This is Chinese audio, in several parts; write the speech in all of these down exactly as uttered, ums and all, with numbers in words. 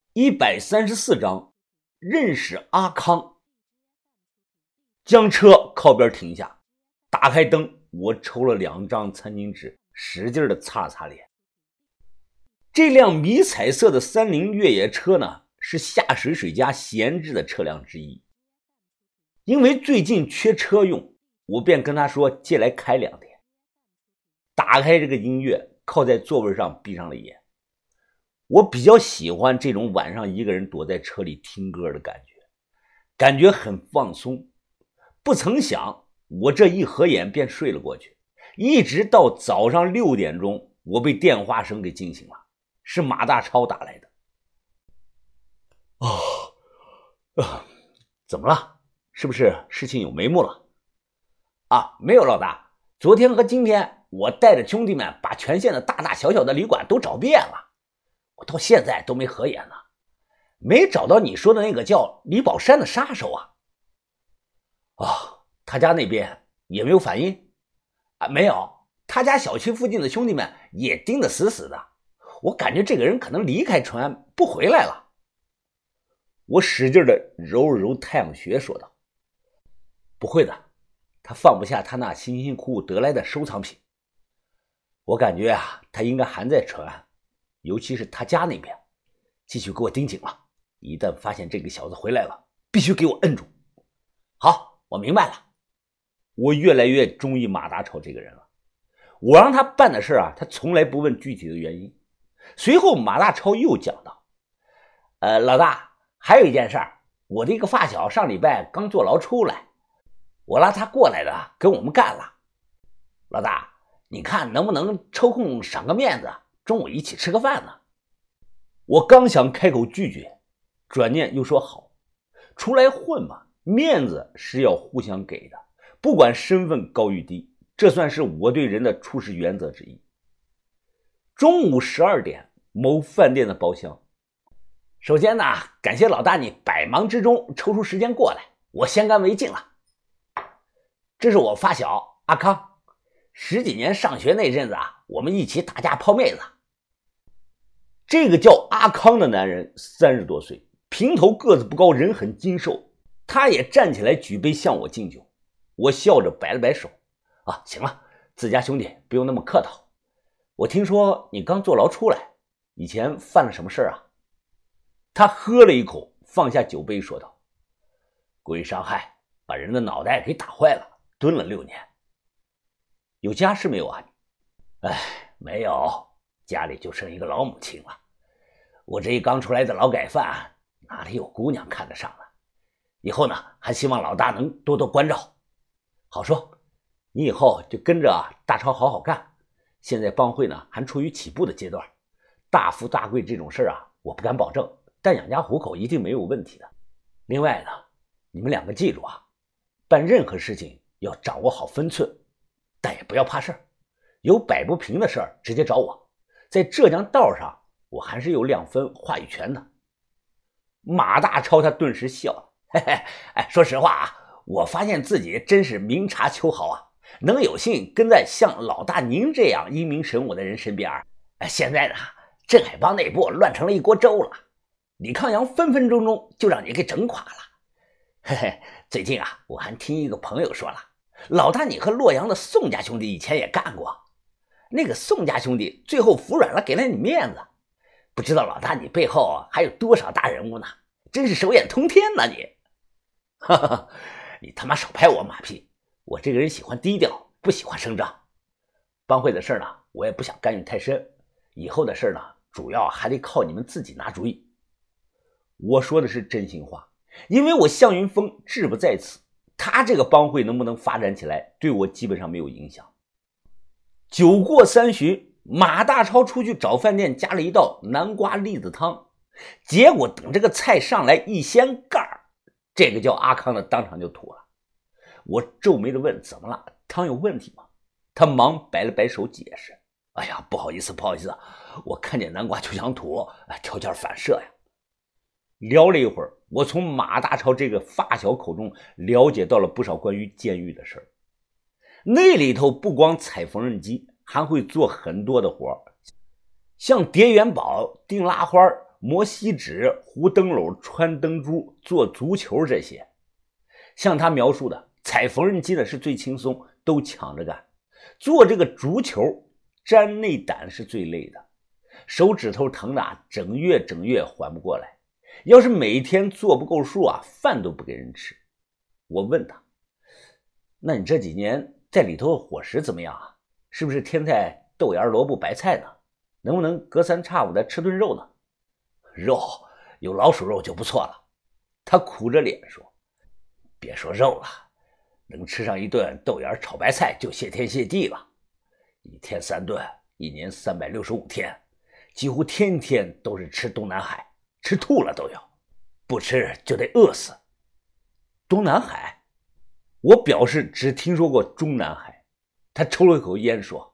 一百三十四章认识阿康。将车靠边停下，打开灯，我抽了两张餐巾纸，使劲的擦擦脸。这辆迷彩色的三菱越野车呢，是下水水家闲置的车辆之一。因为最近缺车用，我便跟他说借来开两天。打开这个音乐，靠在座位上闭上了眼。我比较喜欢这种晚上一个人躲在车里听歌的感觉，感觉很放松。不曾想，我这一合眼便睡了过去，一直到早上六点钟，我被电话声给惊醒了，是马大超打来的。哦，啊，怎么了？是不是事情有眉目了？啊，没有老大，昨天和今天我带着兄弟们把全县的大大小小的旅馆都找遍了，我到现在都没合眼呢，没找到你说的那个叫李宝山的杀手啊。哦，他家那边也没有反应啊？没有，他家小区附近的兄弟们也盯得死死的，我感觉这个人可能离开淳安不回来了。我使劲的揉了揉太阳穴说道，不会的，他放不下他那辛辛苦苦得来的收藏品，我感觉啊，他应该还在淳安，尤其是他家那边，继续给我盯紧了，一旦发现这个小子回来了，必须给我摁住。好，我明白了。我越来越中意马大超这个人了。我让他办的事啊，他从来不问具体的原因。随后马大超又讲道，呃，老大，还有一件事儿，我的一个发小上礼拜刚坐牢出来，我拉他过来的，跟我们干了。老大，你看能不能抽空赏个面子，中午一起吃个饭呢？我刚想开口拒绝，转念又说好，出来混嘛，面子是要互相给的，不管身份高与低，这算是我对人的处事原则之一。中午十二点，某饭店的包厢。首先呢，感谢老大你百忙之中抽出时间过来，我先干为敬了。这是我发小阿康，十几年上学那阵子啊，我们一起打架泡妹子。这个叫阿康的男人三十多岁，平头，个子不高，人很精瘦。他也站起来举杯向我敬酒，我笑着摆了摆手，啊，行了，自家兄弟不用那么客套。我听说你刚坐牢出来，以前犯了什么事啊？他喝了一口，放下酒杯说道，故意伤害，把人的脑袋给打坏了，蹲了六年。有家室没有啊？哎，没有，家里就剩一个老母亲了。我这一刚出来的劳改犯，哪里有姑娘看得上呢？以后呢，还希望老大能多多关照。好说，你以后就跟着大超好好干。现在帮会呢还处于起步的阶段，大富大贵这种事啊，我不敢保证，但养家糊口一定没有问题的。另外呢，你们两个记住啊，办任何事情要掌握好分寸，但也不要怕事儿，有摆不平的事儿直接找我，在浙江道上我还是有两分话语权的。马大超他顿时笑了，嘿嘿，哎，说实话啊，我发现自己真是明察秋毫啊，能有幸跟在像老大您这样英明神武的人身边。哎，现在呢，镇海帮内部乱成了一锅粥了，李康阳分分钟钟就让你给整垮了。嘿嘿，最近啊，我还听一个朋友说了，老大你和洛阳的宋家兄弟以前也干过，那个宋家兄弟最后服软了，给了你面子。不知道老大你背后还有多少大人物呢？真是手眼通天呢你！哈哈，你他妈少拍我马屁！我这个人喜欢低调，不喜欢声张。帮会的事呢，我也不想干预太深。以后的事呢，主要还得靠你们自己拿主意。我说的是真心话，因为我向云峰志不在此，他这个帮会能不能发展起来，对我基本上没有影响。酒过三巡，马大超出去找饭店加了一道南瓜栗子汤，结果等这个菜上来一掀盖，这个叫阿康的当场就吐了。我皱眉的问，怎么了？汤有问题吗？他忙摆了摆手解释，哎呀，不好意思不好意思，我看见南瓜就想吐，条件反射呀。聊了一会儿，我从马大超这个发小口中了解到了不少关于监狱的事儿。那里头不光踩缝纫机，还会做很多的活，像叠元宝、钉拉花、 磨锡纸、糊灯笼、穿灯珠、做足球这些。像他描述的，踩缝纫机的是最轻松，都抢着干。做这个足球粘内胆是最累的，手指头疼的整月整月缓不过来。要是每天做不够数啊，饭都不给人吃。我问他，那你这几年在里头伙食怎么样啊？是不是天菜豆芽萝卜白菜呢？能不能隔三差五的吃顿肉呢？肉有老鼠肉就不错了。他苦着脸说，别说肉了，能吃上一顿豆芽炒白菜就谢天谢地了。一天三顿，一年三百六十五天，几乎天天都是吃东南海，吃吐了都要，不吃就得饿死。东南海？我表示只听说过中南海。他抽了一口烟说，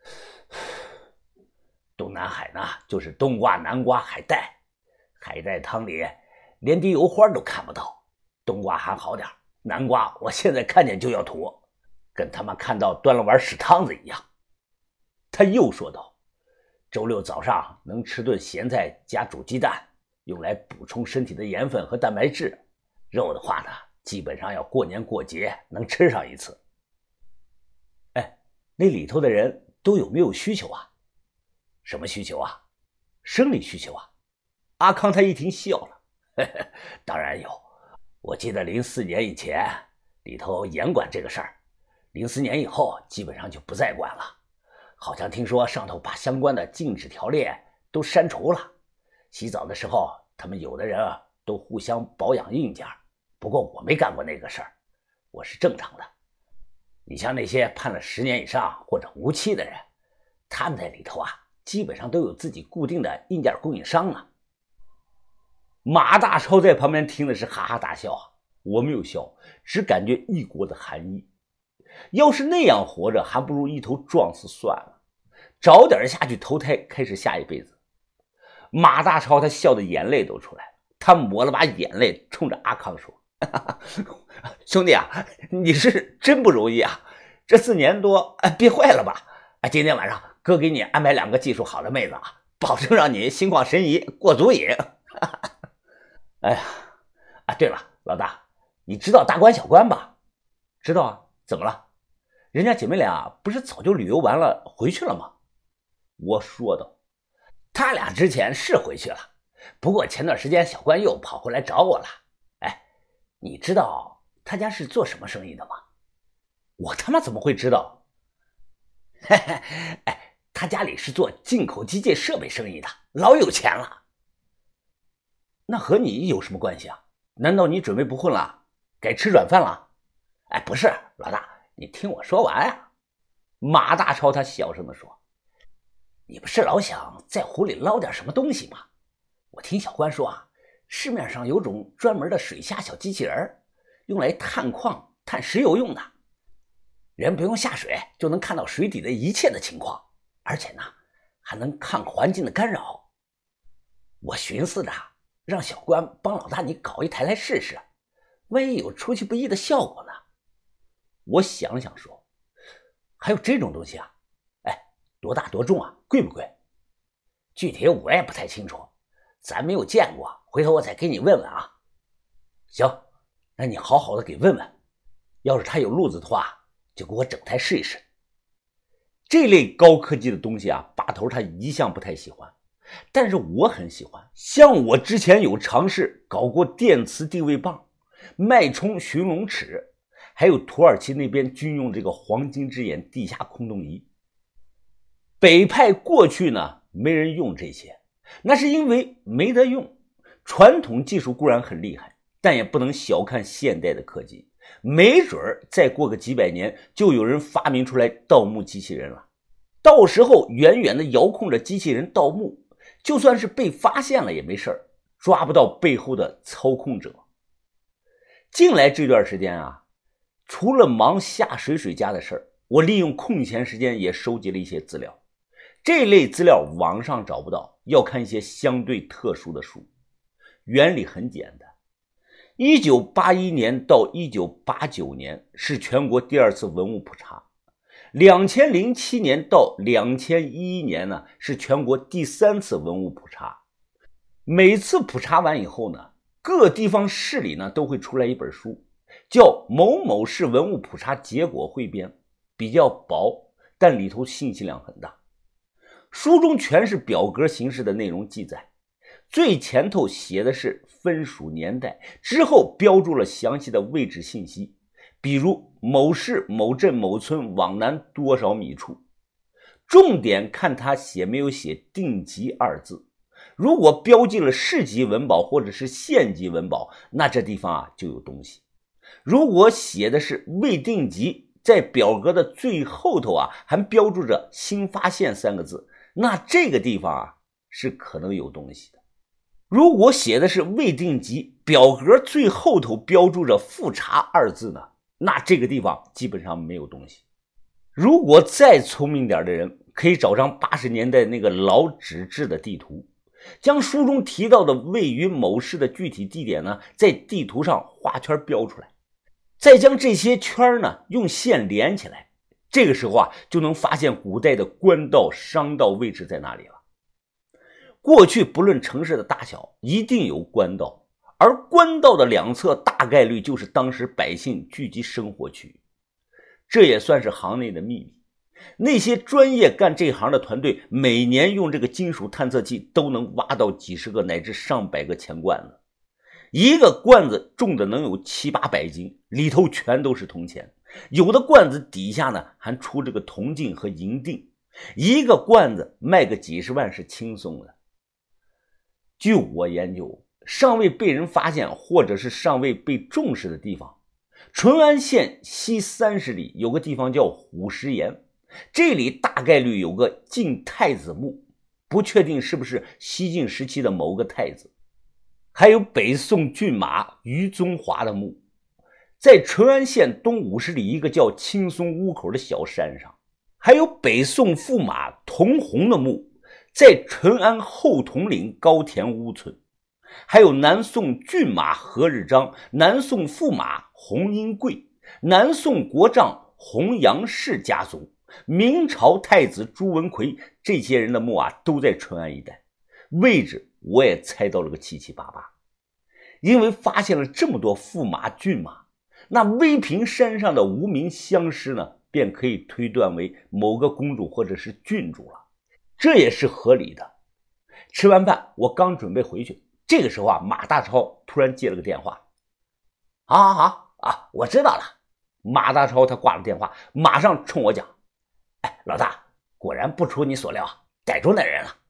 东南海呢，就是冬瓜、南瓜、海带，海带汤里连滴油花都看不到，冬瓜还好点，南瓜我现在看见就要吐，跟他妈看到端了碗屎汤子一样。他又说道，周六早上能吃顿咸菜加煮鸡蛋，用来补充身体的盐分和蛋白质。肉的话呢，基本上要过年过节能吃上一次。哎，那里头的人都有没有需求啊？什么需求啊？生理需求啊？阿康他一听笑了，呵呵，当然有。我记得零四年以前里头严管这个事儿，零四年以后基本上就不再管了。好像听说上头把相关的禁止条例都删除了。洗澡的时候他们有的人啊都互相保养硬件，不过我没干过那个事儿，我是正常的。你像那些判了十年以上或者无期的人，他们在里头啊基本上都有自己固定的硬件供应商了。马大超在旁边听的是哈哈大笑，我没有笑，只感觉一锅的寒意。要是那样活着，还不如一头撞死算了，早点下去投胎开始下一辈子。马大超他笑的眼泪都出来了，他抹了把眼泪冲着阿康说，哈哈，兄弟啊，你是真不容易啊，这四年多憋坏了吧？今天晚上哥给你安排两个技术好的妹子啊，保证让你心旷神怡过足瘾。哎呀，啊对了，老大，你知道大关小关吧？知道啊，怎么了？人家姐妹俩不是早就旅游完了回去了吗？我说道，他俩之前是回去了，不过前段时间小关又跑回来找我了。哎，你知道他家是做什么生意的吗？我他妈怎么会知道？嘿嘿，哎，他家里是做进口机械设备生意的，老有钱了。那和你有什么关系啊？难道你准备不混了，改吃软饭了？哎，不是，老大，你听我说完啊。马大超他小声地说，你不是老想在湖里捞点什么东西吗？我听小关说啊，市面上有种专门的水下小机器人，用来探矿探石油用的，人不用下水就能看到水底的一切的情况，而且呢还能抗环境的干扰。我寻思着让小关帮老大你搞一台来试试，万一有出其不意的效果呢？我想了想说，还有这种东西啊？哎，多大多重啊？贵不贵？具体我也不太清楚，咱没有见过，回头我再给你问问啊。行，那你好好的给问问，要是他有路子的话，就给我整台试一试。这类高科技的东西啊，把头他一向不太喜欢，但是我很喜欢。像我之前有尝试搞过电磁地位棒、脉冲寻龙尺，还有土耳其那边军用这个黄金之眼地下空洞仪。北派过去呢没人用这些，那是因为没得用。传统技术固然很厉害，但也不能小看现代的科技，没准再过个几百年就有人发明出来盗墓机器人了。到时候远远的遥控着机器人盗墓，就算是被发现了也没事，抓不到背后的操控者。近来这段时间啊，除了忙下水水家的事儿，我利用空闲时间也收集了一些资料。这类资料网上找不到，要看一些相对特殊的书。原理很简单，一九八一年到一九八九年是全国第二次文物普查，两千零七年到两千一一年呢是全国第三次文物普查。 每次普查完以后呢，各地方市里呢都会出来一本书，叫某某市文物普查结果汇编，比较薄，但里头信息量很大。书中全是表格形式的内容记载，最前头写的是分属年代，之后标注了详细的位置信息，比如某市某镇某村往南多少米处。重点看他写没有写定级二字，如果标记了市级文保或者是县级文保，那这地方啊就有东西。如果写的是未定级，在表格的最后头啊还标注着新发现三个字，那这个地方啊是可能有东西的。如果写的是未定级，表格最后头标注着复查二字呢，那这个地方基本上没有东西。如果再聪明点的人，可以找张八十年代那个老纸质的地图，将书中提到的位于某市的具体地点呢，在地图上画圈标出来，再将这些圈呢用线连起来，这个时候啊就能发现古代的官道、商道位置在哪里了。过去不论城市的大小，一定有官道，而官道的两侧大概率就是当时百姓聚集生活区域，这也算是行内的秘密。那些专业干这行的团队，每年用这个金属探测器都能挖到几十个乃至上百个钱罐子，一个罐子重的能有七八百斤，里头全都是铜钱，有的罐子底下呢还出这个铜镜和银锭，一个罐子卖个几十万是轻松的。据我研究，尚未被人发现或者是尚未被重视的地方，淳安县西三十里有个地方叫虎石岩，这里大概率有个晋太子墓，不确定是不是西晋时期的某个太子。还有北宋骏马于宗华的墓，在淳安县东五十里一个叫青松屋口的小山上。还有北宋驸马童弘的墓，在淳安后统岭高田屋村。还有南宋骏马何日章、南宋驸马洪英贵、南宋国丈洪杨氏家族、明朝太子朱文奎，这些人的墓啊都在淳安一带，位置我也猜到了个七七八八。因为发现了这么多驸马骏马，那威平山上的无名相师呢，便可以推断为某个公主或者是郡主了，这也是合理的。吃完饭我刚准备回去，这个时候啊，马大超突然接了个电话。好好好啊，我知道了。马大超他挂了电话，马上冲我讲，哎，老大，果然不出你所料，逮住那人了。